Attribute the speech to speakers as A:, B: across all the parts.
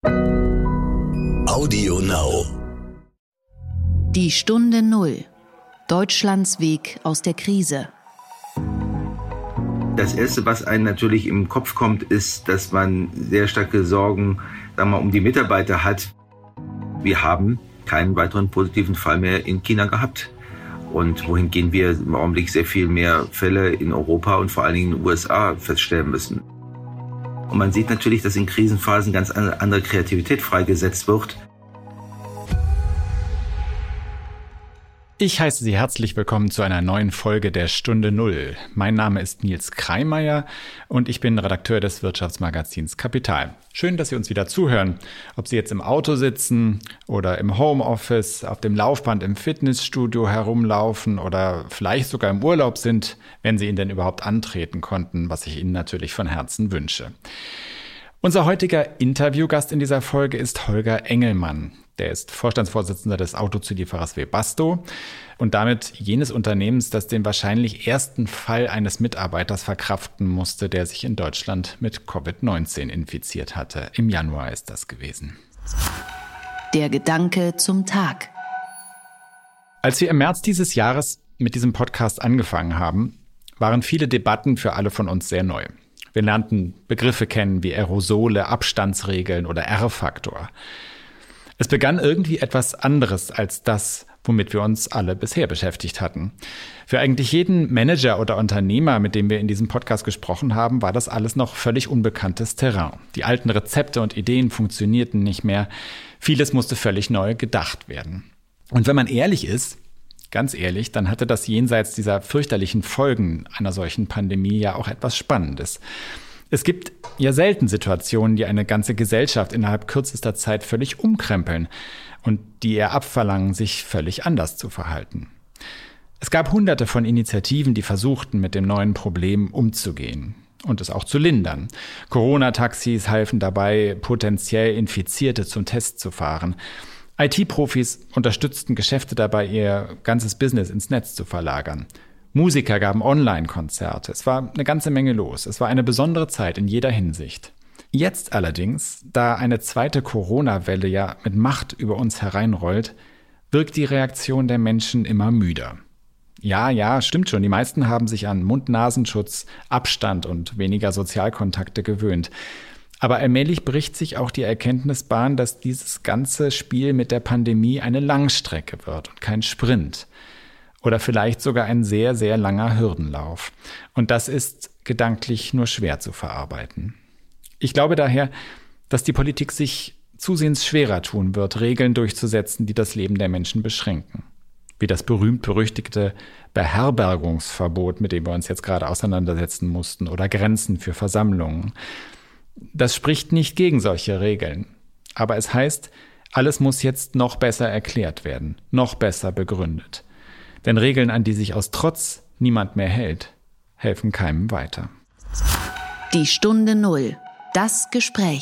A: Audio Now.
B: Die Stunde Null. Deutschlands Weg aus der Krise.
C: Das Erste, was einem natürlich im Kopf kommt, ist, dass man sehr starke Sorgen, um die Mitarbeiter hat. Wir haben keinen weiteren positiven Fall mehr in China gehabt. Und wohingehend wir im Augenblick sehr viel mehr Fälle in Europa und vor allen Dingen in den USA feststellen müssen. Und man sieht natürlich, dass in Krisenphasen ganz andere Kreativität freigesetzt wird.
D: Ich heiße Sie herzlich willkommen zu einer neuen Folge der Stunde Null. Mein Name ist Nils Kreimeier und ich bin Redakteur des Wirtschaftsmagazins Kapital. Schön, dass Sie uns wieder zuhören. Ob Sie jetzt im Auto sitzen oder im Homeoffice, auf dem Laufband im Fitnessstudio herumlaufen oder vielleicht sogar im Urlaub sind, wenn Sie ihn denn überhaupt antreten konnten, was ich Ihnen natürlich von Herzen wünsche. Unser heutiger Interviewgast in dieser Folge ist Holger Engelmann. Der ist Vorstandsvorsitzender des Autozulieferers Webasto und damit jenes Unternehmens, das den wahrscheinlich ersten Fall eines Mitarbeiters verkraften musste, der sich in Deutschland mit Covid-19 infiziert hatte. Im Januar ist das gewesen.
B: Der Gedanke zum Tag.
D: Als wir im März dieses Jahres mit diesem Podcast angefangen haben, waren viele Debatten für alle von uns sehr neu. Wir lernten Begriffe kennen wie Aerosole, Abstandsregeln oder R-Faktor. Es begann irgendwie etwas anderes als das, womit wir uns alle bisher beschäftigt hatten. Für eigentlich jeden Manager oder Unternehmer, mit dem wir in diesem Podcast gesprochen haben, war das alles noch völlig unbekanntes Terrain. Die alten Rezepte und Ideen funktionierten nicht mehr. Vieles musste völlig neu gedacht werden. Und wenn man ehrlich ist, ganz ehrlich, dann hatte das jenseits dieser fürchterlichen Folgen einer solchen Pandemie ja auch etwas Spannendes. Es gibt ja selten Situationen, die eine ganze Gesellschaft innerhalb kürzester Zeit völlig umkrempeln und die ihr abverlangen, sich völlig anders zu verhalten. Es gab hunderte von Initiativen, die versuchten, mit dem neuen Problem umzugehen und es auch zu lindern. Corona-Taxis halfen dabei, potenziell Infizierte zum Test zu fahren. IT-Profis unterstützten Geschäfte dabei, ihr ganzes Business ins Netz zu verlagern. Musiker gaben Online-Konzerte. Es war eine ganze Menge los. Es war eine besondere Zeit in jeder Hinsicht. Jetzt allerdings, da eine zweite Corona-Welle ja mit Macht über uns hereinrollt, wirkt die Reaktion der Menschen immer müder. Ja, stimmt schon. Die meisten haben sich an Mund-Nasenschutz, Abstand und weniger Sozialkontakte gewöhnt. Aber allmählich bricht sich auch die Erkenntnis Bahn, dass dieses ganze Spiel mit der Pandemie eine Langstrecke wird und kein Sprint. Oder vielleicht sogar ein sehr, sehr langer Hürdenlauf. Und das ist gedanklich nur schwer zu verarbeiten. Ich glaube daher, dass die Politik sich zusehends schwerer tun wird, Regeln durchzusetzen, die das Leben der Menschen beschränken. Wie das berühmt-berüchtigte Beherbergungsverbot, mit dem wir uns jetzt gerade auseinandersetzen mussten, oder Grenzen für Versammlungen. Das spricht nicht gegen solche Regeln. Aber es heißt, alles muss jetzt noch besser erklärt werden, noch besser begründet. Denn Regeln, an die sich aus Trotz niemand mehr hält, helfen keinem weiter.
B: Die Stunde Null. Das Gespräch.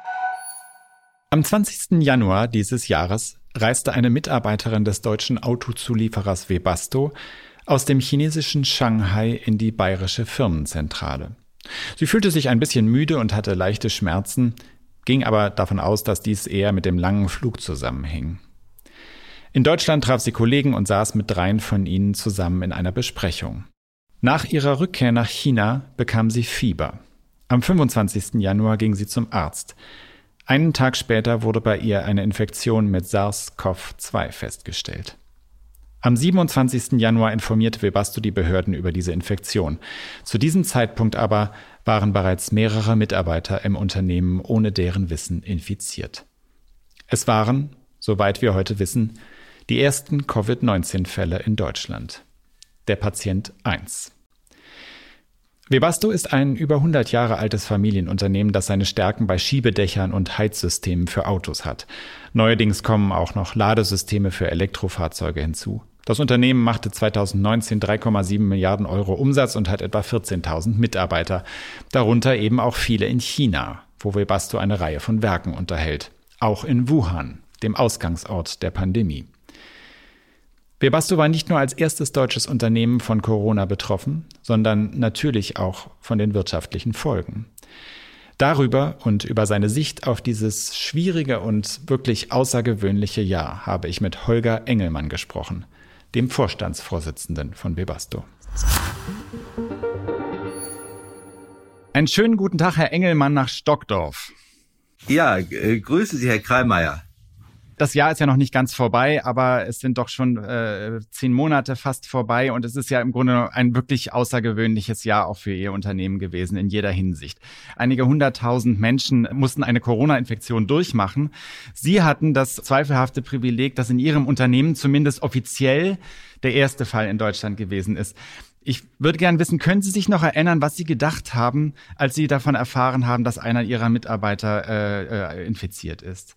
D: Am 20. Januar dieses Jahres reiste eine Mitarbeiterin des deutschen Autozulieferers Webasto aus dem chinesischen Shanghai in die bayerische Firmenzentrale. Sie fühlte sich ein bisschen müde und hatte leichte Schmerzen, ging aber davon aus, dass dies eher mit dem langen Flug zusammenhing. In Deutschland traf sie Kollegen und saß mit 3 von ihnen zusammen in einer Besprechung. Nach ihrer Rückkehr nach China bekam sie Fieber. Am 25. Januar ging sie zum Arzt. Einen Tag später wurde bei ihr eine Infektion mit SARS-CoV-2 festgestellt. Am 27. Januar informierte Webasto die Behörden über diese Infektion. Zu diesem Zeitpunkt aber waren bereits mehrere Mitarbeiter im Unternehmen ohne deren Wissen infiziert. Es waren, soweit wir heute wissen, die ersten Covid-19-Fälle in Deutschland. Der Patient 1. Webasto ist ein über 100 Jahre altes Familienunternehmen, das seine Stärken bei Schiebedächern und Heizsystemen für Autos hat. Neuerdings kommen auch noch Ladesysteme für Elektrofahrzeuge hinzu. Das Unternehmen machte 2019 3,7 Milliarden Euro Umsatz und hat etwa 14.000 Mitarbeiter, darunter eben auch viele in China, wo Webasto eine Reihe von Werken unterhält. Auch in Wuhan, dem Ausgangsort der Pandemie. Webasto war nicht nur als erstes deutsches Unternehmen von Corona betroffen, sondern natürlich auch von den wirtschaftlichen Folgen. Darüber und über seine Sicht auf dieses schwierige und wirklich außergewöhnliche Jahr habe ich mit Holger Engelmann gesprochen, dem Vorstandsvorsitzenden von Webasto. Einen schönen guten Tag, Herr Engelmann, nach Stockdorf.
C: Ja, grüße Sie, Herr Kreimeier.
D: Das Jahr ist ja noch nicht ganz vorbei, aber es sind doch schon 10 Monate fast vorbei und es ist ja im Grunde ein wirklich außergewöhnliches Jahr auch für Ihr Unternehmen gewesen in jeder Hinsicht. Einige 100.000 Menschen mussten eine Corona-Infektion durchmachen. Sie hatten das zweifelhafte Privileg, dass in Ihrem Unternehmen zumindest offiziell der erste Fall in Deutschland gewesen ist. Ich würde gerne wissen, können Sie sich noch erinnern, was Sie gedacht haben, als Sie davon erfahren haben, dass einer Ihrer Mitarbeiter infiziert ist?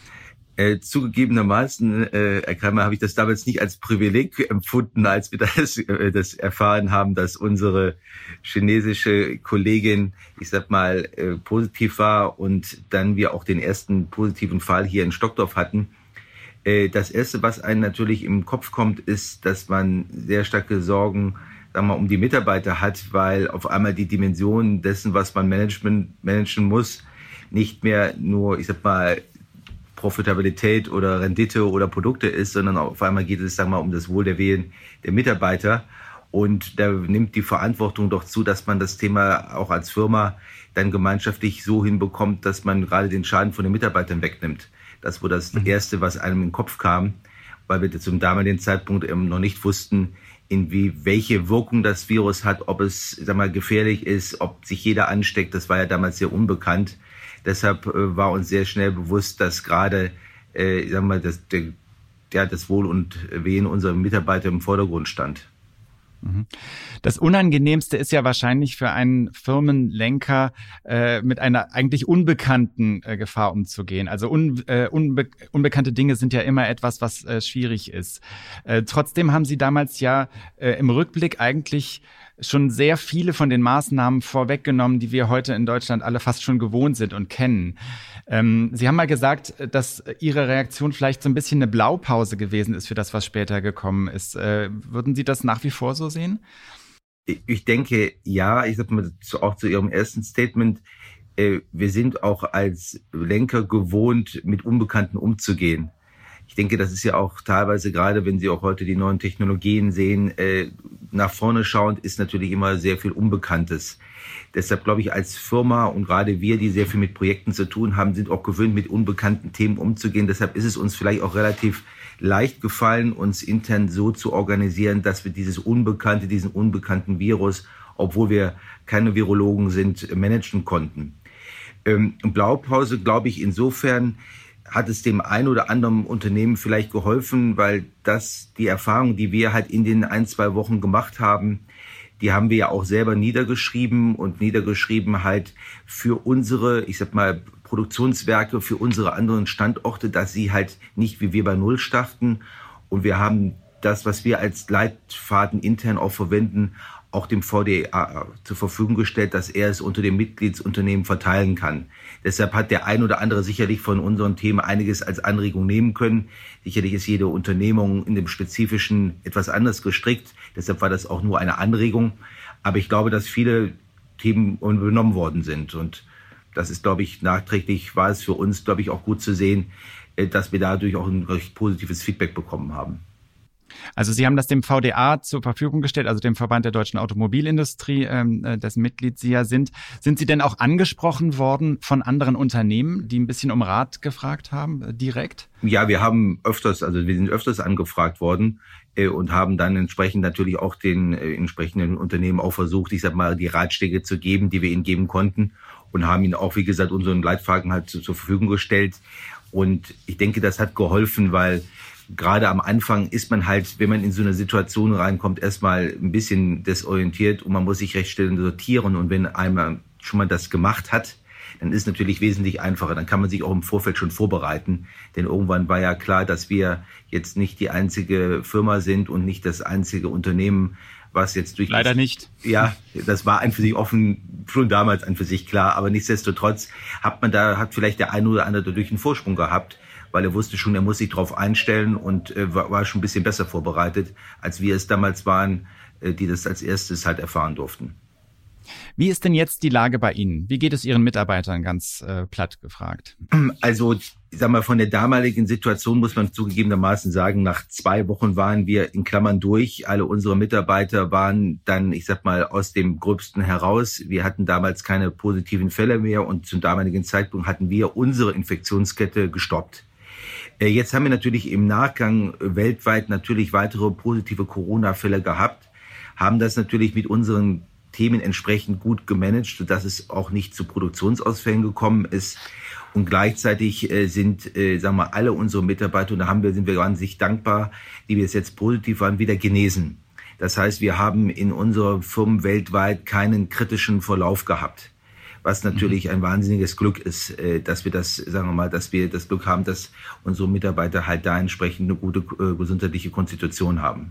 C: Zugegebenermaßen, Herr Kramer, habe ich das damals nicht als Privileg empfunden, als wir das erfahren haben, dass unsere chinesische Kollegin, ich sag mal, positiv war und dann wir auch den ersten positiven Fall hier in Stockdorf hatten. Das Erste, was einem natürlich im Kopf kommt, ist, dass man sehr starke Sorgen, sagen wir mal, um die Mitarbeiter hat, weil auf einmal die Dimension dessen, was man managen muss, nicht mehr nur, ich sag mal, Profitabilität oder Rendite oder Produkte ist, sondern auf einmal geht es, sagen wir mal, um das Wohlergehen der Mitarbeiter. Und da nimmt die Verantwortung doch zu, dass man das Thema auch als Firma dann gemeinschaftlich so hinbekommt, dass man gerade den Schaden von den Mitarbeitern wegnimmt. Das war das Erste, was einem in den Kopf kam, weil wir zum damaligen Zeitpunkt eben noch nicht wussten, welche Wirkung das Virus hat, ob es, sag mal, gefährlich ist, ob sich jeder ansteckt. Das war ja damals sehr unbekannt. Deshalb war uns sehr schnell bewusst, dass gerade, sagen wir, das Wohl und Wehen unserer Mitarbeiter im Vordergrund stand.
D: Das Unangenehmste ist ja wahrscheinlich für einen Firmenlenker, mit einer eigentlich unbekannten Gefahr umzugehen. Also unbekannte Dinge sind ja immer etwas, was schwierig ist. Trotzdem haben Sie damals ja im Rückblick eigentlich schon sehr viele von den Maßnahmen vorweggenommen, die wir heute in Deutschland alle fast schon gewohnt sind und kennen. Sie haben mal gesagt, dass Ihre Reaktion vielleicht so ein bisschen eine Blaupause gewesen ist für das, was später gekommen ist. Würden Sie das nach wie vor so sehen?
C: Ich denke, ja. Ich sag mal auch zu Ihrem ersten Statement. Wir sind auch als Lenker gewohnt, mit Unbekannten umzugehen. Ich denke, das ist ja auch teilweise, gerade wenn Sie auch heute die neuen Technologien sehen, nach vorne schauend ist natürlich immer sehr viel Unbekanntes. Deshalb glaube ich, als Firma und gerade wir, die sehr viel mit Projekten zu tun haben, sind auch gewöhnt, mit unbekannten Themen umzugehen. Deshalb ist es uns vielleicht auch relativ leicht gefallen, uns intern so zu organisieren, dass wir diesen unbekannten Virus, obwohl wir keine Virologen sind, managen konnten. Blaupause, glaube ich, insofern hat es dem einen oder anderen Unternehmen vielleicht geholfen, weil die Erfahrung, die wir halt in den 1-2 Wochen gemacht haben, die haben wir ja auch selber niedergeschrieben halt für unsere, ich sag mal, Produktionswerke, für unsere anderen Standorte, dass sie halt nicht wie wir bei Null starten. Und wir haben das, was wir als Leitfaden intern auch verwenden, auch dem VDA zur Verfügung gestellt, dass er es unter den Mitgliedsunternehmen verteilen kann. Deshalb hat der ein oder andere sicherlich von unseren Themen einiges als Anregung nehmen können. Sicherlich ist jede Unternehmung in dem Spezifischen etwas anders gestrickt. Deshalb war das auch nur eine Anregung. Aber ich glaube, dass viele Themen übernommen worden sind. Und das ist, glaube ich, nachträglich war es für uns, glaube ich, auch gut zu sehen, dass wir dadurch auch ein recht positives Feedback bekommen haben.
D: Also Sie haben das dem VDA zur Verfügung gestellt, also dem Verband der deutschen Automobilindustrie, dessen Mitglied Sie ja sind. Sind Sie denn auch angesprochen worden von anderen Unternehmen, die ein bisschen um Rat gefragt haben, direkt? Ja, wir sind öfters angefragt worden und haben dann entsprechend natürlich auch den entsprechenden Unternehmen auch versucht, ich sag mal, die Ratschläge zu geben, die wir ihnen geben konnten, und haben ihnen auch, wie gesagt, unseren Leitfaden halt zur Verfügung gestellt. Und ich denke, das hat geholfen, weil gerade am Anfang ist man halt, wenn man in so eine Situation reinkommt, erstmal ein bisschen desorientiert und man muss sich recht schnell sortieren. Und wenn einmal schon mal das gemacht hat, dann ist es natürlich wesentlich einfacher. Dann kann man sich auch im Vorfeld schon vorbereiten. Denn irgendwann war ja klar, dass wir jetzt nicht die einzige Firma sind und nicht das einzige Unternehmen, was jetzt durch... Leider nicht.
C: Ja, das war für sich schon damals für sich klar. Aber nichtsdestotrotz hat vielleicht der eine oder andere dadurch einen Vorsprung gehabt, weil er wusste schon, er muss sich darauf einstellen und war schon ein bisschen besser vorbereitet, als wir es damals waren, die das als erstes halt erfahren durften.
D: Wie ist denn jetzt die Lage bei Ihnen? Wie geht es Ihren Mitarbeitern, ganz platt gefragt?
C: Also, ich sag mal, von der damaligen Situation muss man zugegebenermaßen sagen, nach 2 Wochen waren wir in Klammern durch. Alle unsere Mitarbeiter waren dann, ich sag mal, aus dem Gröbsten heraus. Wir hatten damals keine positiven Fälle mehr und zum damaligen Zeitpunkt hatten wir unsere Infektionskette gestoppt. Jetzt haben wir natürlich im Nachgang weltweit natürlich weitere positive Corona-Fälle gehabt, haben das natürlich mit unseren Themen entsprechend gut gemanagt, sodass es auch nicht zu Produktionsausfällen gekommen ist. Und gleichzeitig sind, sagen wir, alle unsere Mitarbeiter, und sind wir wahnsinnig dankbar, die wir jetzt positiv waren, wieder genesen. Das heißt, wir haben in unseren Firmen weltweit keinen kritischen Verlauf gehabt. Was natürlich ein wahnsinniges Glück ist, dass wir das, sagen wir mal, dass wir das Glück haben, dass unsere Mitarbeiter halt da entsprechend eine gute gesundheitliche Konstitution haben.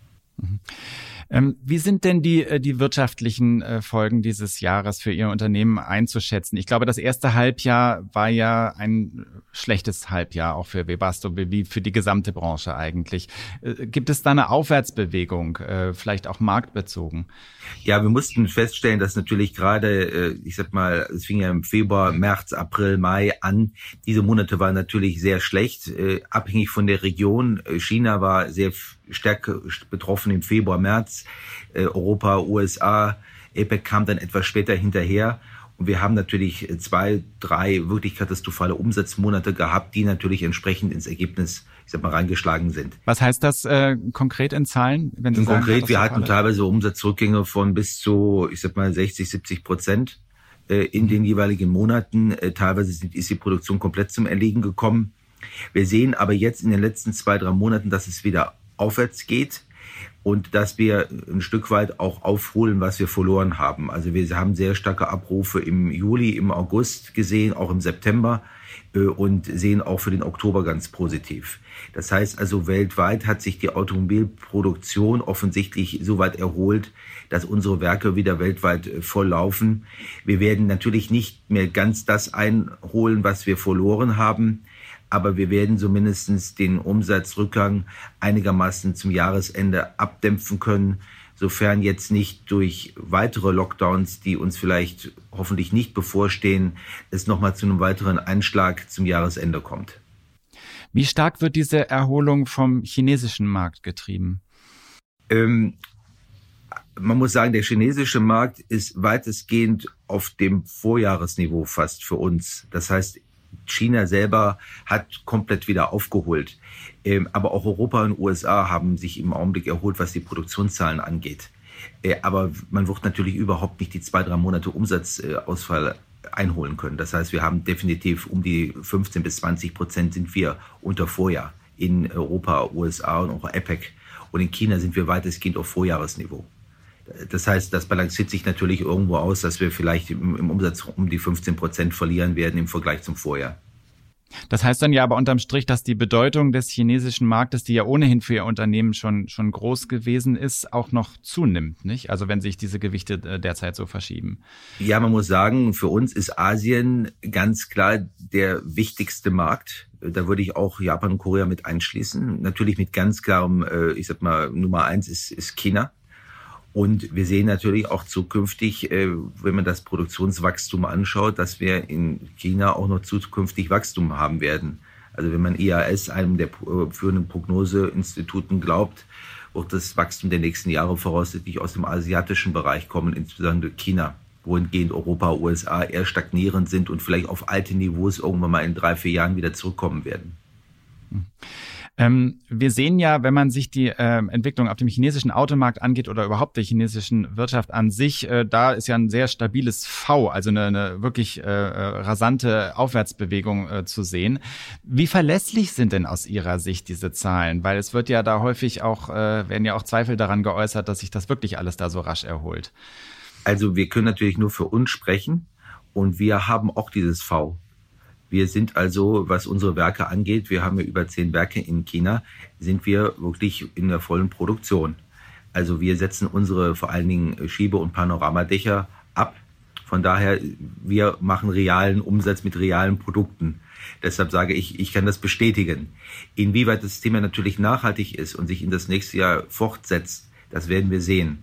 D: Wie sind denn die wirtschaftlichen Folgen dieses Jahres für Ihr Unternehmen einzuschätzen? Ich glaube, das erste Halbjahr war ja ein schlechtes Halbjahr, auch für Webasto, wie für die gesamte Branche eigentlich. Gibt es da eine Aufwärtsbewegung, vielleicht auch marktbezogen?
C: Ja, wir mussten feststellen, dass natürlich gerade, ich sag mal, es fing ja im Februar, März, April, Mai an. Diese Monate waren natürlich sehr schlecht, abhängig von der Region. China war sehr stark betroffen im Februar, März. Europa, USA, APEC kam dann etwas später hinterher. Und wir haben natürlich 2, 3 wirklich katastrophale Umsatzmonate gehabt, die natürlich entsprechend ins Ergebnis, ich sag mal, reingeschlagen sind.
D: Was heißt das konkret in Zahlen? Wenn Sie sagen,
C: konkret, wir hatten teilweise Umsatzrückgänge von bis zu, ich sag mal, 60-70% in den jeweiligen Monaten. Teilweise ist die Produktion komplett zum Erliegen gekommen. Wir sehen aber jetzt in den letzten 2, 3 Monaten, dass es wieder aufwärts geht und dass wir ein Stück weit auch aufholen, was wir verloren haben. Also wir haben sehr starke Abrufe im Juli, im August gesehen, auch im September und sehen auch für den Oktober ganz positiv. Das heißt also, weltweit hat sich die Automobilproduktion offensichtlich so weit erholt, dass unsere Werke wieder weltweit voll laufen. Wir werden natürlich nicht mehr ganz das einholen, was wir verloren haben, aber wir werden zumindest den Umsatzrückgang einigermaßen zum Jahresende abdämpfen können, sofern jetzt nicht durch weitere Lockdowns, die uns vielleicht hoffentlich nicht bevorstehen, es nochmal zu einem weiteren Einschlag zum Jahresende kommt.
D: Wie stark wird diese Erholung vom chinesischen Markt getrieben?
C: Man muss sagen, der chinesische Markt ist weitestgehend auf dem Vorjahresniveau fast für uns. Das heißt, China selber hat komplett wieder aufgeholt. Aber auch Europa und USA haben sich im Augenblick erholt, was die Produktionszahlen angeht. Aber man wird natürlich überhaupt nicht die 2, 3 Monate Umsatzausfall einholen können. Das heißt, wir haben definitiv um die 15-20% sind wir unter Vorjahr in Europa, USA und auch APEC. Und in China sind wir weitestgehend auf Vorjahresniveau. Das heißt, das balanciert sich natürlich irgendwo aus, dass wir vielleicht im Umsatz um die 15% verlieren werden im Vergleich zum Vorjahr.
D: Das heißt dann ja aber unterm Strich, dass die Bedeutung des chinesischen Marktes, die ja ohnehin für Ihr Unternehmen schon groß gewesen ist, auch noch zunimmt, nicht? Also wenn sich diese Gewichte derzeit so verschieben. Ja,
C: man muss sagen, für uns ist Asien ganz klar der wichtigste Markt. Da würde ich auch Japan und Korea mit einschließen. Natürlich mit ganz klarem, ich sag mal, Nummer 1 ist China. Und wir sehen natürlich auch zukünftig, wenn man das Produktionswachstum anschaut, dass wir in China auch noch zukünftig Wachstum haben werden. Also wenn man IAS, einem der führenden Prognoseinstituten, glaubt, wird das Wachstum der nächsten Jahre voraussichtlich aus dem asiatischen Bereich kommen, insbesondere China, wohingehend Europa, USA eher stagnierend sind und vielleicht auf alte Niveaus irgendwann mal in 3, 4 Jahren wieder zurückkommen werden.
D: Wir sehen ja, wenn man sich die Entwicklung auf dem chinesischen Automarkt angeht oder überhaupt der chinesischen Wirtschaft an sich, da ist ja ein sehr stabiles V, also eine wirklich rasante Aufwärtsbewegung zu sehen. Wie verlässlich sind denn aus Ihrer Sicht diese Zahlen? Weil es wird ja da häufig auch, werden ja auch Zweifel daran geäußert, dass sich das wirklich alles da so rasch erholt.
C: Also wir können natürlich nur für uns sprechen und wir haben auch dieses V. Wir sind also, was unsere Werke angeht, wir haben ja über 10 Werke in China, sind wir wirklich in der vollen Produktion. Also wir setzen unsere vor allen Dingen Schiebe- und Panoramadächer ab. Von daher, wir machen realen Umsatz mit realen Produkten. Deshalb sage ich, ich kann das bestätigen. Inwieweit das Thema natürlich nachhaltig ist und sich in das nächste Jahr fortsetzt, das werden wir sehen.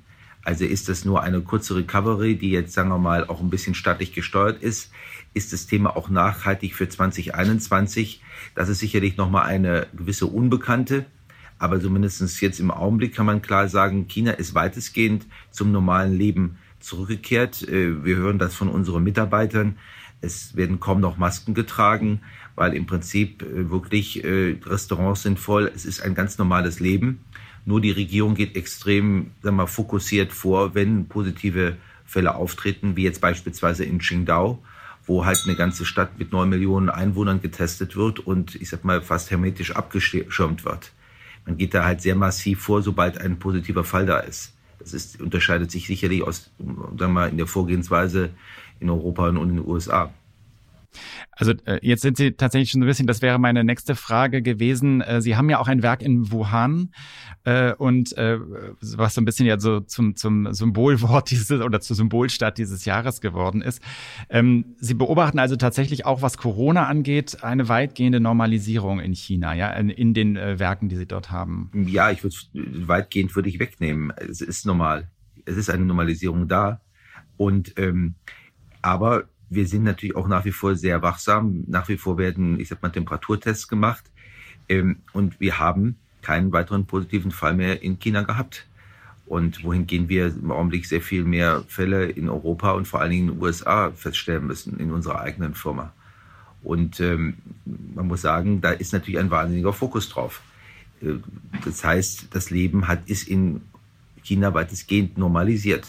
C: Also ist das nur eine kurze Recovery, die jetzt, sagen wir mal, auch ein bisschen staatlich gesteuert ist? Ist das Thema auch nachhaltig für 2021? Das ist sicherlich nochmal eine gewisse Unbekannte. Aber zumindest jetzt im Augenblick kann man klar sagen, China ist weitestgehend zum normalen Leben zurückgekehrt. Wir hören das von unseren Mitarbeitern. Es werden kaum noch Masken getragen, weil im Prinzip wirklich Restaurants sind voll. Es ist ein ganz normales Leben. Nur die Regierung geht extrem, sagen wir mal, fokussiert vor, wenn positive Fälle auftreten, wie jetzt beispielsweise in Qingdao, wo halt eine ganze Stadt mit 9 Millionen Einwohnern getestet wird und, ich sag mal, fast hermetisch abgeschirmt wird. Man geht da halt sehr massiv vor, sobald ein positiver Fall da ist. Das unterscheidet sich sicherlich aus, sagen wir mal, in der Vorgehensweise in Europa und in den USA.
D: Also jetzt sind Sie tatsächlich schon so ein bisschen, das wäre meine nächste Frage gewesen. Sie haben ja auch ein Werk in Wuhan und was so ein bisschen ja so zum Symbolwort oder zur Symbolstadt dieses Jahres geworden ist. Sie beobachten also tatsächlich auch, was Corona angeht, eine weitgehende Normalisierung in China, ja, in den Werken, die Sie dort haben.
C: Ja, weitgehend würde ich wegnehmen. Es ist normal. Es ist eine Normalisierung da und aber wir sind natürlich auch nach wie vor sehr wachsam. Nach wie vor werden, ich sag mal, Temperaturtests gemacht. Und wir haben keinen weiteren positiven Fall mehr in China gehabt. Und wohingehend wir im Augenblick sehr viel mehr Fälle in Europa und vor allen Dingen in den USA feststellen müssen, in unserer eigenen Firma. Und man muss sagen, da ist natürlich ein wahnsinniger Fokus drauf. Das heißt, das Leben ist in China weitestgehend normalisiert.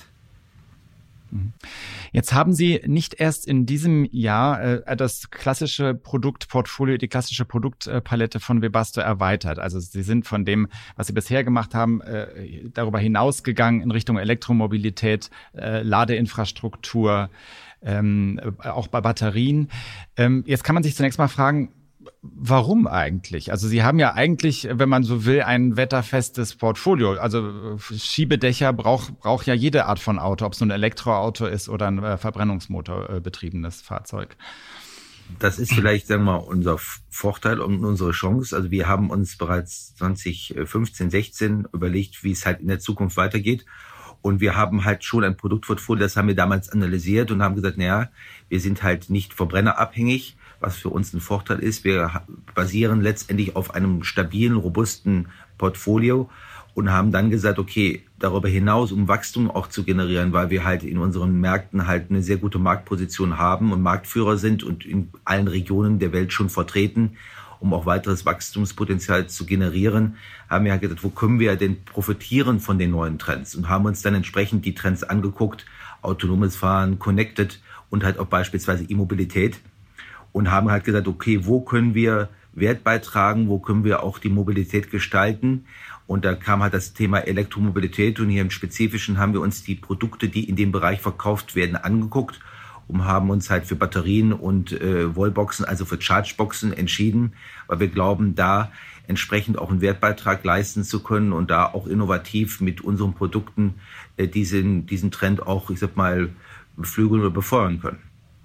D: Jetzt haben Sie nicht erst in diesem Jahr das klassische Produktportfolio, die klassische Produktpalette von Webasto erweitert. Also Sie sind von dem, was Sie bisher gemacht haben, darüber hinausgegangen in Richtung Elektromobilität, Ladeinfrastruktur, auch bei Batterien. Jetzt kann man sich zunächst mal fragen, warum eigentlich? Also Sie haben ja eigentlich, wenn man so will, ein wetterfestes Portfolio. Also Schiebedächer braucht ja jede Art von Auto, ob es nun ein Elektroauto ist oder ein Verbrennungsmotor betriebenes Fahrzeug.
C: Das ist vielleicht, sagen wir mal, unser Vorteil und unsere Chance. Also wir haben uns bereits 2015, 16 überlegt, wie es halt in der Zukunft weitergeht. Und wir haben halt schon ein Produktportfolio, das haben wir damals analysiert und haben gesagt, naja, wir sind halt nicht verbrennerabhängig, was für uns ein Vorteil ist. Wir basieren letztendlich auf einem stabilen, robusten Portfolio und haben dann gesagt, okay, darüber hinaus, um Wachstum auch zu generieren, weil wir halt in unseren Märkten halt eine sehr gute Marktposition haben und Marktführer sind und in allen Regionen der Welt schon vertreten, um auch weiteres Wachstumspotenzial zu generieren, haben wir halt gesagt, wo können wir denn profitieren von den neuen Trends und haben uns dann entsprechend die Trends angeguckt, autonomes Fahren, Connected und halt auch beispielsweise E-Mobilität. Und haben halt gesagt, okay, wo können wir Wert beitragen, wo können wir auch die Mobilität gestalten? Und da kam halt das Thema Elektromobilität und hier im Spezifischen haben wir uns die Produkte, die in dem Bereich verkauft werden, angeguckt und haben uns halt für Batterien und Wallboxen, also für Chargeboxen entschieden, weil wir glauben, da entsprechend auch einen Wertbeitrag leisten zu können und da auch innovativ mit unseren Produkten diesen Trend auch, ich sag mal, beflügeln oder befeuern können.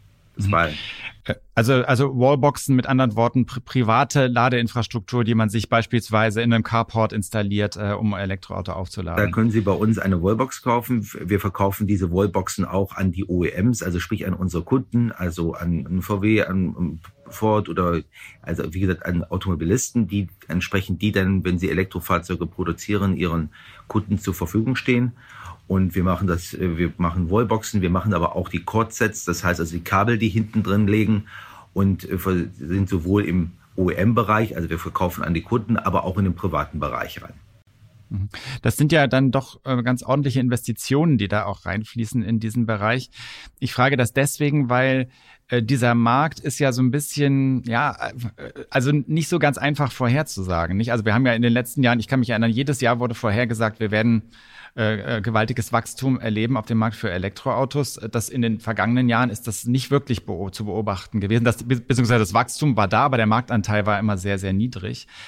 D: Also Wallboxen, mit anderen Worten, private Ladeinfrastruktur, die man sich beispielsweise in einem Carport installiert, um ein Elektroauto aufzuladen.
C: Da können Sie bei uns eine Wallbox kaufen. Wir verkaufen diese Wallboxen auch an die OEMs, also sprich an unsere Kunden, also an VW, an Ford oder also wie gesagt an Automobilisten, die dann, wenn sie Elektrofahrzeuge produzieren, ihren Kunden zur Verfügung stehen. Und wir machen Wallboxen, wir machen aber auch die Cordsets, das heißt also die Kabel, die hinten drin liegen und sind sowohl im OEM-Bereich, also wir verkaufen an die Kunden, aber auch in den privaten Bereich rein.
D: Das sind ja dann doch ganz ordentliche Investitionen, die da auch reinfließen in diesen Bereich. Ich frage das deswegen, weil dieser Markt ist ja so ein bisschen, ja, also nicht so ganz einfach vorherzusagen, nicht? Also wir haben ja in den letzten Jahren, ich kann mich erinnern, jedes Jahr wurde vorhergesagt, wir werden gewaltiges Wachstum erleben auf dem Markt für Elektroautos. Das in den vergangenen Jahren ist das nicht wirklich zu beobachten gewesen. Beziehungsweise das Wachstum war da, aber der Marktanteil war immer sehr, sehr niedrig.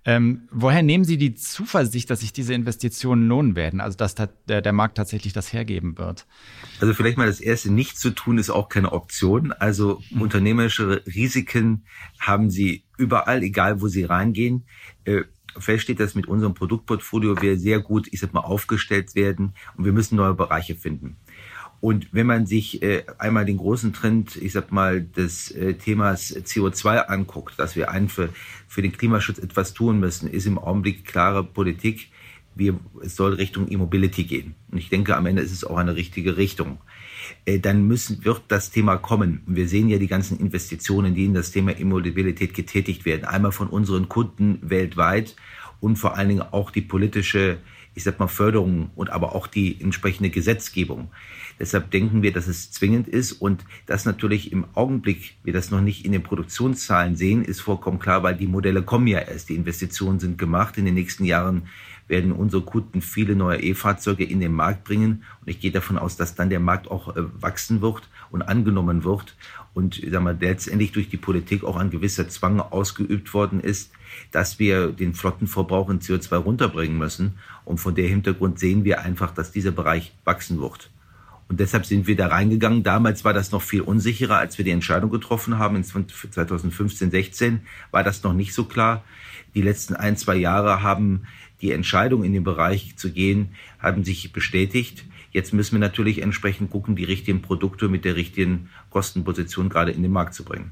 D: Woher nehmen Sie die Zuversicht, dass sich diese Investitionen lohnen werden? Also dass der Markt tatsächlich das hergeben wird?
C: Also vielleicht mal das Erste, nichts zu tun ist auch keine Option. Also unternehmerische Risiken haben Sie überall, egal wo Sie reingehen. Fest steht, dass mit unserem Produktportfolio wir sehr gut, aufgestellt werden und wir müssen neue Bereiche finden. Und wenn man sich einmal den großen Trend, des Themas CO2 anguckt, dass wir für den Klimaschutz etwas tun müssen, ist im Augenblick klare Politik. Es soll Richtung E-Mobility gehen. Und ich denke, am Ende ist es auch eine richtige Richtung. Dann wird das Thema kommen. Wir sehen ja die ganzen Investitionen, die in das Thema E-Mobilität getätigt werden. Einmal von unseren Kunden weltweit und vor allen Dingen auch die politische, Förderung und aber auch die entsprechende Gesetzgebung. Deshalb denken wir, dass es zwingend ist und dass natürlich im Augenblick wir das noch nicht in den Produktionszahlen sehen, ist vollkommen klar, weil die Modelle kommen ja erst. Die Investitionen sind gemacht. In den nächsten Jahren werden unsere Kunden viele neue E-Fahrzeuge in den Markt bringen und ich gehe davon aus, dass dann der Markt auch wachsen wird und angenommen wird und letztendlich durch die Politik auch ein gewisser Zwang ausgeübt worden ist, dass wir den Flottenverbrauch in CO2 runterbringen müssen und von der Hintergrund sehen wir einfach, dass dieser Bereich wachsen wird. Und deshalb sind wir da reingegangen. Damals war das noch viel unsicherer, als wir die Entscheidung getroffen haben. In 2015, 16 war das noch nicht so klar. Die letzten 1-2 Jahre haben die Entscheidung, in den Bereich zu gehen, haben sich bestätigt. Jetzt müssen wir natürlich entsprechend gucken, die richtigen Produkte mit der richtigen Kostenposition gerade in den Markt zu bringen.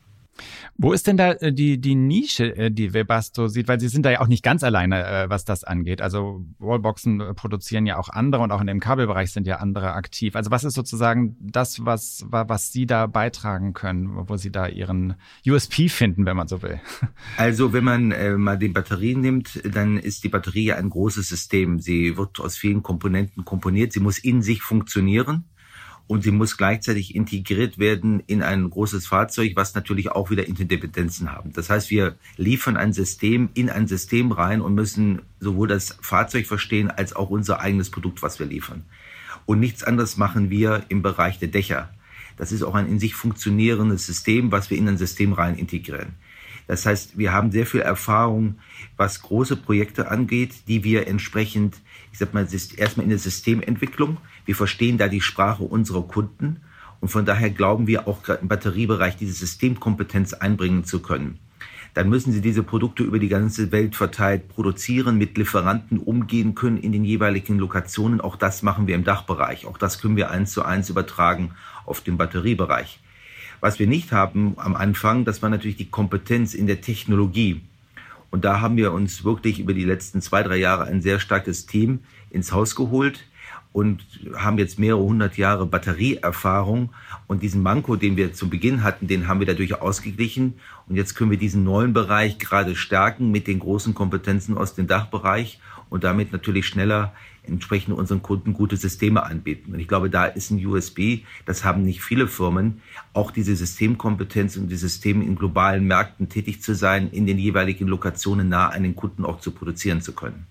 D: Wo ist denn da die Nische, die Webasto sieht? Weil Sie sind da ja auch nicht ganz alleine, was das angeht. Also Wallboxen produzieren ja auch andere und auch in dem Kabelbereich sind ja andere aktiv. Also was ist sozusagen das, was Sie da beitragen können, wo Sie da Ihren USP finden, wenn man so will?
C: Also wenn man mal die Batterie nimmt, dann ist die Batterie ja ein großes System. Sie wird aus vielen Komponenten komponiert. Sie muss in sich funktionieren. Und sie muss gleichzeitig integriert werden in ein großes Fahrzeug, was natürlich auch wieder Interdependenzen haben. Das heißt, wir liefern ein System in ein System rein und müssen sowohl das Fahrzeug verstehen als auch unser eigenes Produkt, was wir liefern. Und nichts anderes machen wir im Bereich der Dächer. Das ist auch ein in sich funktionierendes System, was wir in ein System rein integrieren. Das heißt, wir haben sehr viel Erfahrung, was große Projekte angeht, die wir entsprechend, erstmal in der Systementwicklung. Wir verstehen da die Sprache unserer Kunden und von daher glauben wir auch gerade im Batteriebereich diese Systemkompetenz einbringen zu können. Dann müssen Sie diese Produkte über die ganze Welt verteilt produzieren, mit Lieferanten umgehen können in den jeweiligen Lokationen. Auch das machen wir im Dachbereich. Auch das können wir 1:1 übertragen auf den Batteriebereich. Was wir nicht haben am Anfang, das war natürlich die Kompetenz in der Technologie. Und da haben wir uns wirklich über die letzten 2-3 Jahre ein sehr starkes Team ins Haus geholt und haben jetzt mehrere 100 Jahre Batterieerfahrung. Und diesen Manko, den wir zu Beginn hatten, den haben wir dadurch ausgeglichen. Und jetzt können wir diesen neuen Bereich gerade stärken mit den großen Kompetenzen aus dem Dachbereich und damit natürlich schneller entsprechend unseren Kunden gute Systeme anbieten. Und ich glaube, da ist ein USB, das haben nicht viele Firmen, auch diese Systemkompetenz und die Systeme in globalen Märkten tätig zu sein, in den jeweiligen Lokationen nah an den Kunden auch zu produzieren zu können.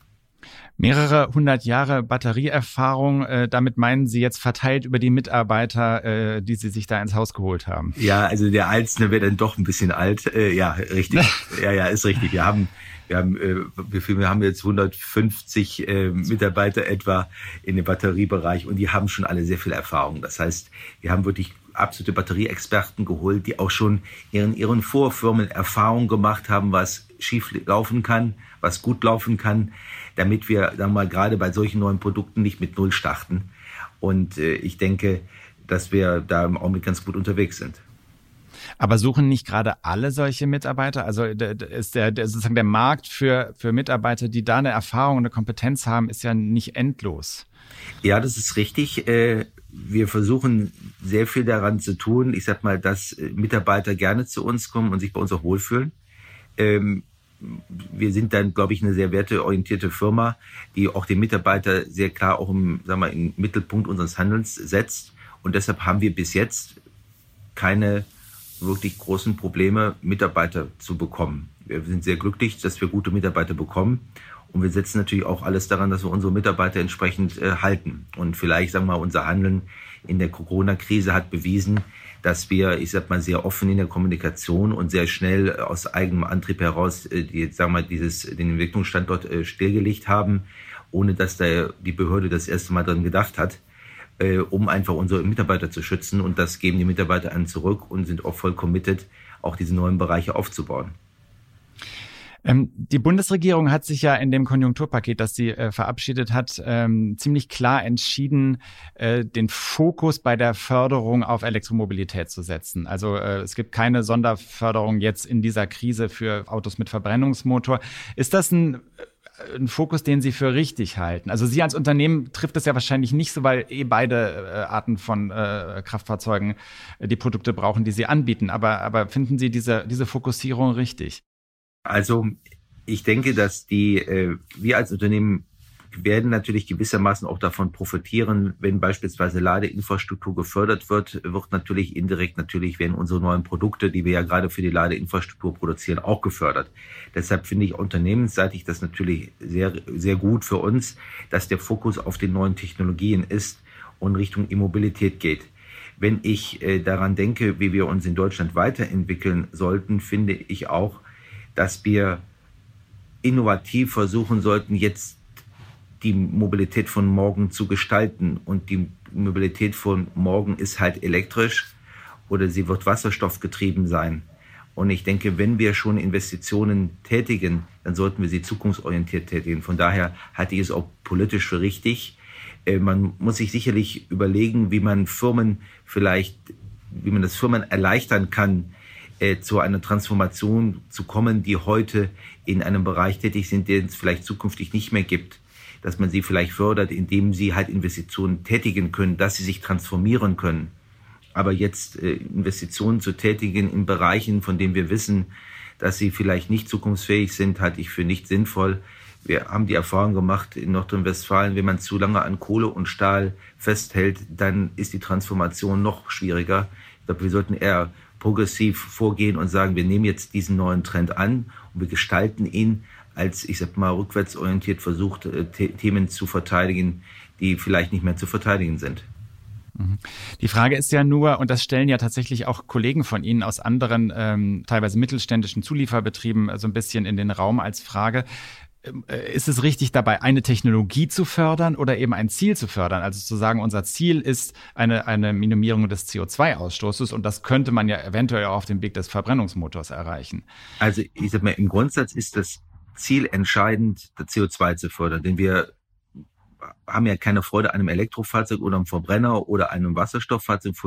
D: Mehrere 100 Jahre Batterieerfahrung, damit meinen Sie jetzt verteilt über die Mitarbeiter, die Sie sich da ins Haus geholt haben? Ja, also der Einzelne wäre dann doch ein bisschen alt. Ja, richtig. Ja, ist richtig. Wir haben jetzt 150 Mitarbeiter etwa in dem Batteriebereich und die haben schon alle sehr viel Erfahrung. Das heißt, wir haben wirklich absolute Batterieexperten geholt, die auch schon in ihren Vorfirmen Erfahrung gemacht haben, was schief laufen kann, was gut laufen kann, damit wir, gerade bei solchen neuen Produkten nicht mit Null starten. Und ich denke, dass wir da im Augenblick ganz gut unterwegs sind. Aber suchen nicht gerade alle solche Mitarbeiter? Also ist sozusagen der Markt für Mitarbeiter, die da eine Erfahrung, eine Kompetenz haben, ist ja nicht endlos. Ja, das ist richtig. Wir versuchen sehr viel daran zu tun. Ich sag mal, dass Mitarbeiter gerne zu uns kommen und sich bei uns auch wohlfühlen. Wir sind dann, glaube ich, eine sehr werteorientierte Firma, die auch den Mitarbeiter sehr klar auch im Mittelpunkt unseres Handelns setzt. Und deshalb haben wir bis jetzt keine wirklich großen Probleme, Mitarbeiter zu bekommen. Wir sind sehr glücklich, dass wir gute Mitarbeiter bekommen. Und wir setzen natürlich auch alles daran, dass wir unsere Mitarbeiter entsprechend halten. Und vielleicht, unser Handeln in der Corona-Krise hat bewiesen,
C: dass wir, sehr offen in der Kommunikation und sehr schnell aus eigenem Antrieb heraus den Entwicklungsstandort stillgelegt haben, ohne dass da die Behörde das erste Mal dran gedacht hat, um einfach unsere Mitarbeiter zu schützen. Und das geben die Mitarbeiter an zurück und sind auch voll committed, auch diese neuen Bereiche aufzubauen.
D: Die Bundesregierung hat sich ja in dem Konjunkturpaket, das sie verabschiedet hat, ziemlich klar entschieden, den Fokus bei der Förderung auf Elektromobilität zu setzen. Also es gibt keine Sonderförderung jetzt in dieser Krise für Autos mit Verbrennungsmotor. Ist das ein Fokus, den Sie für richtig halten? Also Sie als Unternehmen trifft es ja wahrscheinlich nicht so, weil beide Arten von Kraftfahrzeugen die Produkte brauchen, die Sie anbieten. Aber finden Sie diese Fokussierung richtig?
C: Also ich denke, dass wir als Unternehmen werden natürlich gewissermaßen auch davon profitieren, wenn beispielsweise Ladeinfrastruktur gefördert wird natürlich indirekt werden unsere neuen Produkte, die wir ja gerade für die Ladeinfrastruktur produzieren, auch gefördert. Deshalb finde ich unternehmensseitig das natürlich sehr, sehr gut für uns, dass der Fokus auf den neuen Technologien ist und Richtung E-Mobilität geht. Wenn ich daran denke, wie wir uns in Deutschland weiterentwickeln sollten, finde ich auch, dass wir innovativ versuchen sollten, jetzt die Mobilität von morgen zu gestalten. Und die Mobilität von morgen ist halt elektrisch oder sie wird wasserstoffgetrieben sein. Und ich denke, wenn wir schon Investitionen tätigen, dann sollten wir sie zukunftsorientiert tätigen. Von daher halte ich es auch politisch für richtig. Man muss sich sicherlich überlegen, wie man das Firmen erleichtern kann, zu einer Transformation zu kommen, die heute in einem Bereich tätig sind, den es vielleicht zukünftig nicht mehr gibt, dass man sie vielleicht fördert, indem sie halt Investitionen tätigen können, dass sie sich transformieren können. Aber jetzt Investitionen zu tätigen in Bereichen, von denen wir wissen, dass sie vielleicht nicht zukunftsfähig sind, halte ich für nicht sinnvoll. Wir haben die Erfahrung gemacht in Nordrhein-Westfalen, wenn man zu lange an Kohle und Stahl festhält, dann ist die Transformation noch schwieriger. Ich glaube, wir sollten eher progressiv vorgehen und sagen, wir nehmen jetzt diesen neuen Trend an und wir gestalten ihn als, rückwärtsorientiert versucht, Themen zu verteidigen, die vielleicht nicht mehr zu verteidigen sind.
D: Die Frage ist ja nur, und das stellen ja tatsächlich auch Kollegen von Ihnen aus anderen, teilweise mittelständischen Zulieferbetrieben so ein bisschen in den Raum als Frage, ist es richtig dabei, eine Technologie zu fördern oder eben ein Ziel zu fördern? Also zu sagen, unser Ziel ist eine Minimierung des CO2-Ausstoßes und das könnte man ja eventuell auch auf dem Weg des Verbrennungsmotors erreichen.
C: Also im Grundsatz ist das Ziel entscheidend, das CO2 zu fördern, denn wir haben ja keine Freude an einem Elektrofahrzeug oder einem Verbrenner oder einem Wasserstofffahrzeug,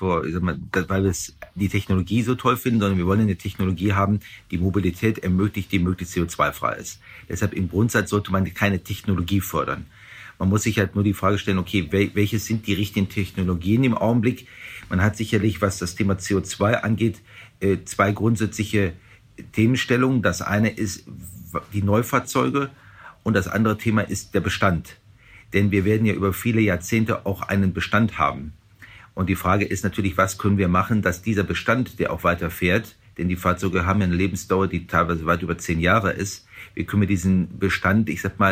C: weil wir die Technologie so toll finden, sondern wir wollen eine Technologie haben, die Mobilität ermöglicht, die möglichst CO2-frei ist. Deshalb im Grundsatz sollte man keine Technologie fördern. Man muss sich halt nur die Frage stellen, okay, welche sind die richtigen Technologien im Augenblick? Man hat sicherlich, was das Thema CO2 angeht, zwei grundsätzliche Themenstellungen. Das eine ist die Neufahrzeuge und das andere Thema ist der Bestand. Denn wir werden ja über viele Jahrzehnte auch einen Bestand haben. Und die Frage ist natürlich, was können wir machen, dass dieser Bestand, der auch weiterfährt, denn die Fahrzeuge haben ja eine Lebensdauer, die teilweise weit über 10 Jahre ist. Wie können wir diesen Bestand,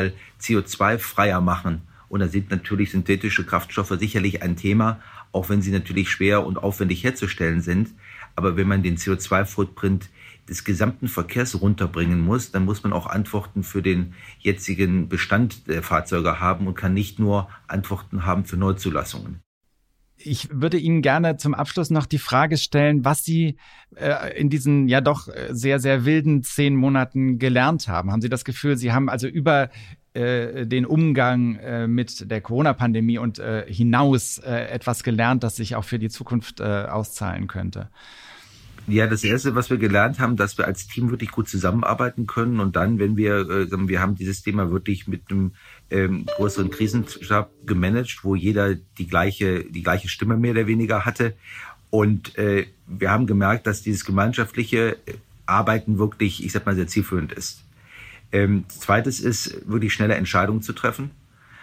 C: CO2-freier machen? Und da sind natürlich synthetische Kraftstoffe sicherlich ein Thema, auch wenn sie natürlich schwer und aufwendig herzustellen sind. Aber wenn man den CO2-Footprint des gesamten Verkehrs runterbringen muss, dann muss man auch Antworten für den jetzigen Bestand der Fahrzeuge haben und kann nicht nur Antworten haben für Neuzulassungen.
D: Ich würde Ihnen gerne zum Abschluss noch die Frage stellen, was Sie in diesen ja doch sehr, sehr wilden 10 Monaten gelernt haben. Haben Sie das Gefühl, Sie haben also über den Umgang mit der Corona-Pandemie und hinaus etwas gelernt, das sich auch für die Zukunft auszahlen könnte?
C: Ja, das Erste, was wir gelernt haben, dass wir als Team wirklich gut zusammenarbeiten können und dann, wenn wir haben dieses Thema wirklich mit einem größeren Krisenstab gemanagt, wo jeder die gleiche Stimme mehr oder weniger hatte und wir haben gemerkt, dass dieses gemeinschaftliche Arbeiten wirklich, sehr zielführend ist. Zweites ist, wirklich schnelle Entscheidungen zu treffen,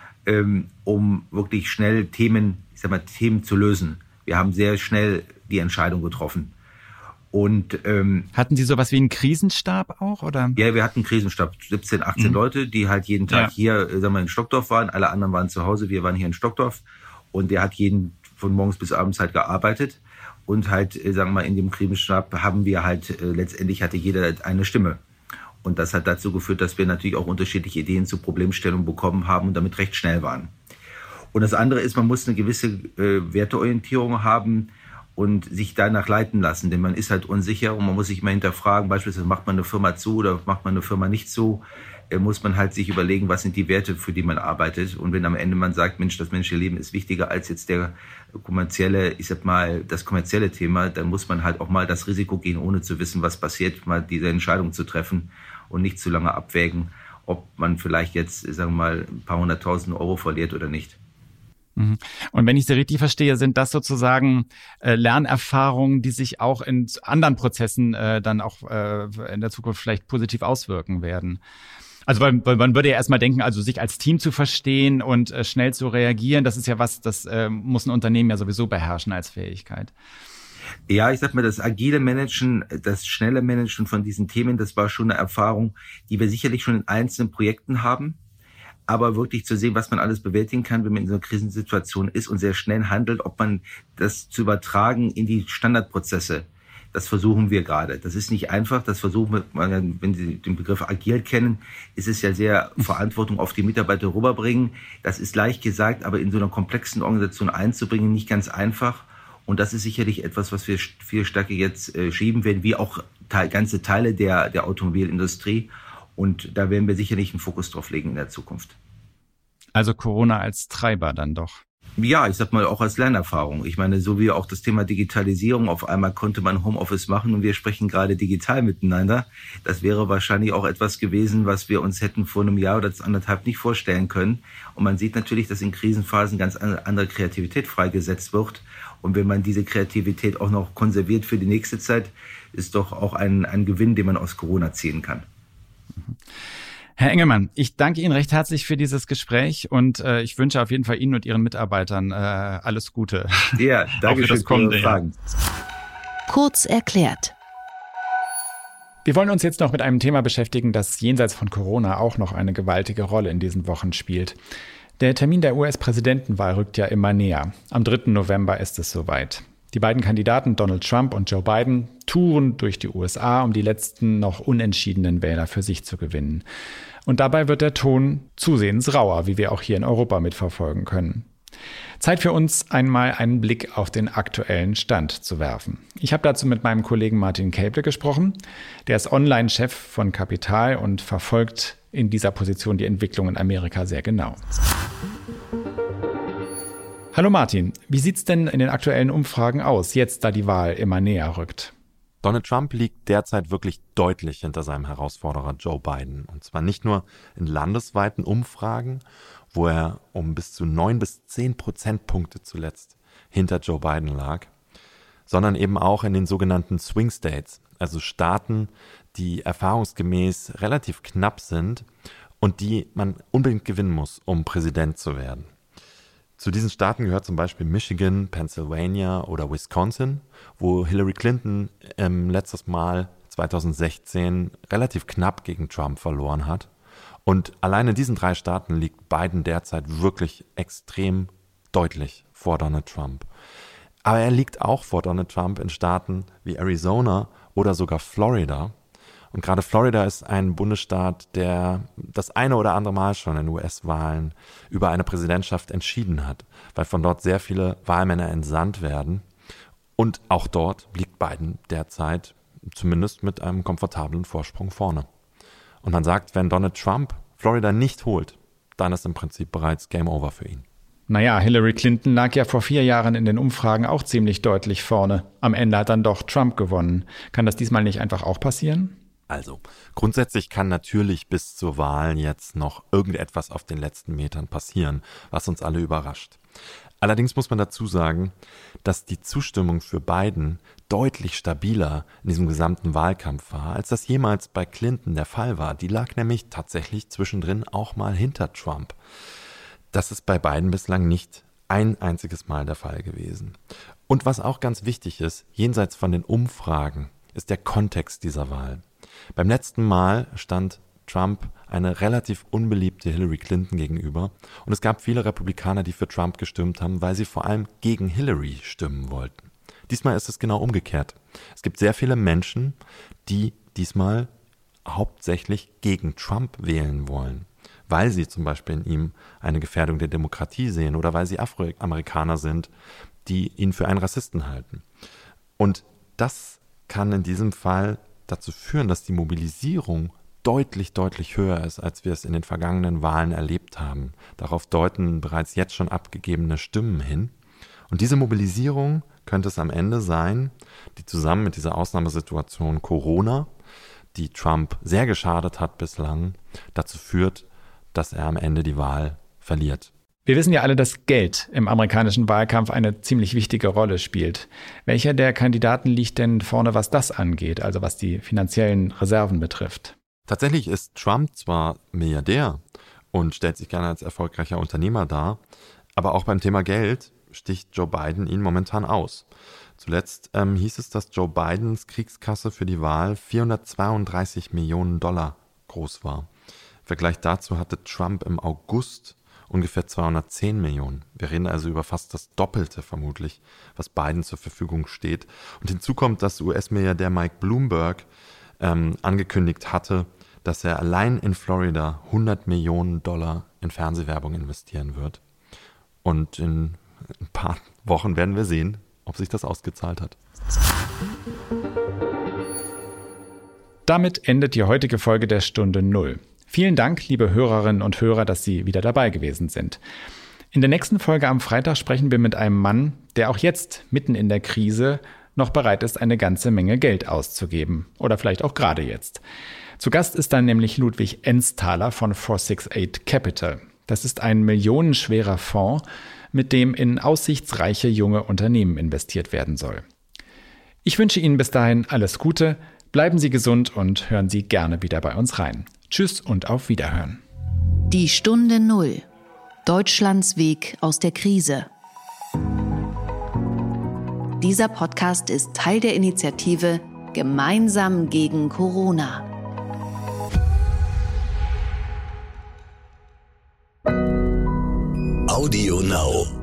C: um wirklich schnell Themen zu lösen. Wir haben sehr schnell die Entscheidung getroffen. Und
D: hatten Sie sowas wie einen Krisenstab auch, oder?
C: Ja, wir hatten einen Krisenstab, 17, 18 Leute, die halt jeden Tag hier, in Stockdorf waren. Alle anderen waren zu Hause, wir waren hier in Stockdorf. Und der hat von morgens bis abends halt gearbeitet. Und halt, sagen wir mal, in dem Krisenstab haben wir halt, letztendlich hatte jeder eine Stimme. Und das hat dazu geführt, dass wir natürlich auch unterschiedliche Ideen zur Problemstellung bekommen haben und damit recht schnell waren. Und das andere ist, man muss eine gewisse Werteorientierung haben und sich danach leiten lassen. Denn man ist halt unsicher und man muss sich mal hinterfragen, beispielsweise macht man eine Firma zu oder macht man eine Firma nicht zu, muss man halt sich überlegen, was sind die Werte, für die man arbeitet. Und wenn am Ende man sagt, Mensch, das menschliche Leben ist wichtiger als jetzt der kommerzielle, das kommerzielle Thema, dann muss man halt auch mal das Risiko gehen, ohne zu wissen, was passiert, mal diese Entscheidung zu treffen und nicht zu lange abwägen, ob man vielleicht jetzt, sagen wir mal, ein paar 100.000 Euro verliert oder nicht.
D: Und wenn ich Sie richtig verstehe, sind das sozusagen Lernerfahrungen, die sich auch in anderen Prozessen dann auch in der Zukunft vielleicht positiv auswirken werden. Also weil man würde ja erstmal denken, also sich als Team zu verstehen und schnell zu reagieren, das ist ja was, das muss ein Unternehmen ja sowieso beherrschen als Fähigkeit.
C: Ja, ich sag mal, das agile Managen, das schnelle Managen von diesen Themen, das war schon eine Erfahrung, die wir sicherlich schon in einzelnen Projekten haben. Aber wirklich zu sehen, was man alles bewältigen kann, wenn man in so einer Krisensituation ist und sehr schnell handelt, ob man das zu übertragen in die Standardprozesse. Das versuchen wir gerade. Das ist nicht einfach. Das versuchen wir, wenn Sie den Begriff agil kennen, ist es ja sehr Verantwortung auf die Mitarbeiter rüberbringen. Das ist leicht gesagt, aber in so einer komplexen Organisation einzubringen, nicht ganz einfach. Und das ist sicherlich etwas, was wir viel stärker jetzt schieben werden, wie auch ganze Teile der Automobilindustrie. Und da werden wir sicherlich einen Fokus drauf legen in der Zukunft.
D: Also Corona als Treiber dann doch.
C: Ja, ich sag mal auch als Lernerfahrung. Ich meine, so wie auch das Thema Digitalisierung, auf einmal konnte man Homeoffice machen und wir sprechen gerade digital miteinander. Das wäre wahrscheinlich auch etwas gewesen, was wir uns hätten vor einem Jahr oder 1,5 nicht vorstellen können. Und man sieht natürlich, dass in Krisenphasen ganz andere Kreativität freigesetzt wird. Und wenn man diese Kreativität auch noch konserviert für die nächste Zeit, ist doch auch ein Gewinn, den man aus Corona ziehen kann.
D: Herr Engelmann, ich danke Ihnen recht herzlich für dieses Gespräch und ich wünsche auf jeden Fall Ihnen und Ihren Mitarbeitern alles Gute.
C: Ja, danke schön für Ihre Fragen.
B: Kurz erklärt.
D: Wir wollen uns jetzt noch mit einem Thema beschäftigen, das jenseits von Corona auch noch eine gewaltige Rolle in diesen Wochen spielt. Der Termin der US-Präsidentenwahl rückt ja immer näher. Am 3. November ist es soweit. Die beiden Kandidaten Donald Trump und Joe Biden touren durch die USA, um die letzten noch unentschiedenen Wähler für sich zu gewinnen. Und dabei wird der Ton zusehends rauer, wie wir auch hier in Europa mitverfolgen können. Zeit für uns, einmal einen Blick auf den aktuellen Stand zu werfen. Ich habe dazu mit meinem Kollegen Martin Käble gesprochen. Der ist Online-Chef von Kapital und verfolgt in dieser Position die Entwicklung in Amerika sehr genau. Hallo Martin, wie sieht's denn in den aktuellen Umfragen aus, jetzt da die Wahl immer näher rückt?
A: Donald Trump liegt derzeit wirklich deutlich hinter seinem Herausforderer Joe Biden. Und zwar nicht nur in landesweiten Umfragen, wo er um bis zu 9 bis 10 Prozentpunkte zuletzt hinter Joe Biden lag, sondern eben auch in den sogenannten Swing States, also Staaten, die erfahrungsgemäß relativ knapp sind und die man unbedingt gewinnen muss, um Präsident zu werden. Zu diesen Staaten gehört zum Beispiel Michigan, Pennsylvania oder Wisconsin, wo Hillary Clinton letztes Mal 2016 relativ knapp gegen Trump verloren hat. Und allein in diesen 3 Staaten liegt Biden derzeit wirklich extrem deutlich vor Donald Trump. Aber er liegt auch vor Donald Trump in Staaten wie Arizona oder sogar Florida. Und gerade Florida ist ein Bundesstaat, der das eine oder andere Mal schon in US-Wahlen über eine Präsidentschaft entschieden hat, weil von dort sehr viele Wahlmänner entsandt werden. Und auch dort liegt Biden derzeit zumindest mit einem komfortablen Vorsprung vorne. Und man sagt, wenn Donald Trump Florida nicht holt, dann ist im Prinzip bereits Game Over für ihn.
D: Naja, Hillary Clinton lag ja vor 4 Jahren in den Umfragen auch ziemlich deutlich vorne. Am Ende hat dann doch Trump gewonnen. Kann das diesmal nicht einfach auch passieren?
A: Also, grundsätzlich kann natürlich bis zur Wahl jetzt noch irgendetwas auf den letzten Metern passieren, was uns alle überrascht. Allerdings muss man dazu sagen, dass die Zustimmung für Biden deutlich stabiler in diesem gesamten Wahlkampf war, als das jemals bei Clinton der Fall war. Die lag nämlich tatsächlich zwischendrin auch mal hinter Trump. Das ist bei Biden bislang nicht ein einziges Mal der Fall gewesen. Und was auch ganz wichtig ist, jenseits von den Umfragen, ist der Kontext dieser Wahl. Beim letzten Mal stand Trump eine relativ unbeliebte Hillary Clinton gegenüber und es gab viele Republikaner, die für Trump gestimmt haben, weil sie vor allem gegen Hillary stimmen wollten. Diesmal ist es genau umgekehrt. Es gibt sehr viele Menschen, die diesmal hauptsächlich gegen Trump wählen wollen, weil sie zum Beispiel in ihm eine Gefährdung der Demokratie sehen oder weil sie Afroamerikaner sind, die ihn für einen Rassisten halten. Und das kann in diesem Fall dazu führen, dass die Mobilisierung deutlich, deutlich höher ist, als wir es in den vergangenen Wahlen erlebt haben. Darauf deuten bereits jetzt schon abgegebene Stimmen hin. Und diese Mobilisierung könnte es am Ende sein, die zusammen mit dieser Ausnahmesituation Corona, die Trump sehr geschadet hat bislang, dazu führt, dass er am Ende die Wahl verliert.
D: Wir wissen ja alle, dass Geld im amerikanischen Wahlkampf eine ziemlich wichtige Rolle spielt. Welcher der Kandidaten liegt denn vorne, was das angeht, also was die finanziellen Reserven betrifft?
A: Tatsächlich ist Trump zwar Milliardär und stellt sich gerne als erfolgreicher Unternehmer dar, aber auch beim Thema Geld sticht Joe Biden ihn momentan aus. Zuletzt hieß es, dass Joe Bidens Kriegskasse für die Wahl 432 Millionen Dollar groß war. Im Vergleich dazu hatte Trump im August ungefähr 210 Millionen. Wir reden also über fast das Doppelte vermutlich, was Biden zur Verfügung steht. Und hinzu kommt, dass US-Milliardär Mike Bloomberg angekündigt hatte, dass er allein in Florida 100 Millionen Dollar in Fernsehwerbung investieren wird. Und in ein paar Wochen werden wir sehen, ob sich das ausgezahlt hat.
D: Damit endet die heutige Folge der Stunde Null. Vielen Dank, liebe Hörerinnen und Hörer, dass Sie wieder dabei gewesen sind. In der nächsten Folge am Freitag sprechen wir mit einem Mann, der auch jetzt, mitten in der Krise, noch bereit ist, eine ganze Menge Geld auszugeben. Oder vielleicht auch gerade jetzt. Zu Gast ist dann nämlich Ludwig Ensthaler von 468 Capital. Das ist ein millionenschwerer Fonds, mit dem in aussichtsreiche junge Unternehmen investiert werden soll. Ich wünsche Ihnen bis dahin alles Gute, bleiben Sie gesund und hören Sie gerne wieder bei uns rein. Tschüss und auf Wiederhören.
B: Die Stunde Null. Deutschlands Weg aus der Krise. Dieser Podcast ist Teil der Initiative Gemeinsam gegen Corona.
E: Audio Now.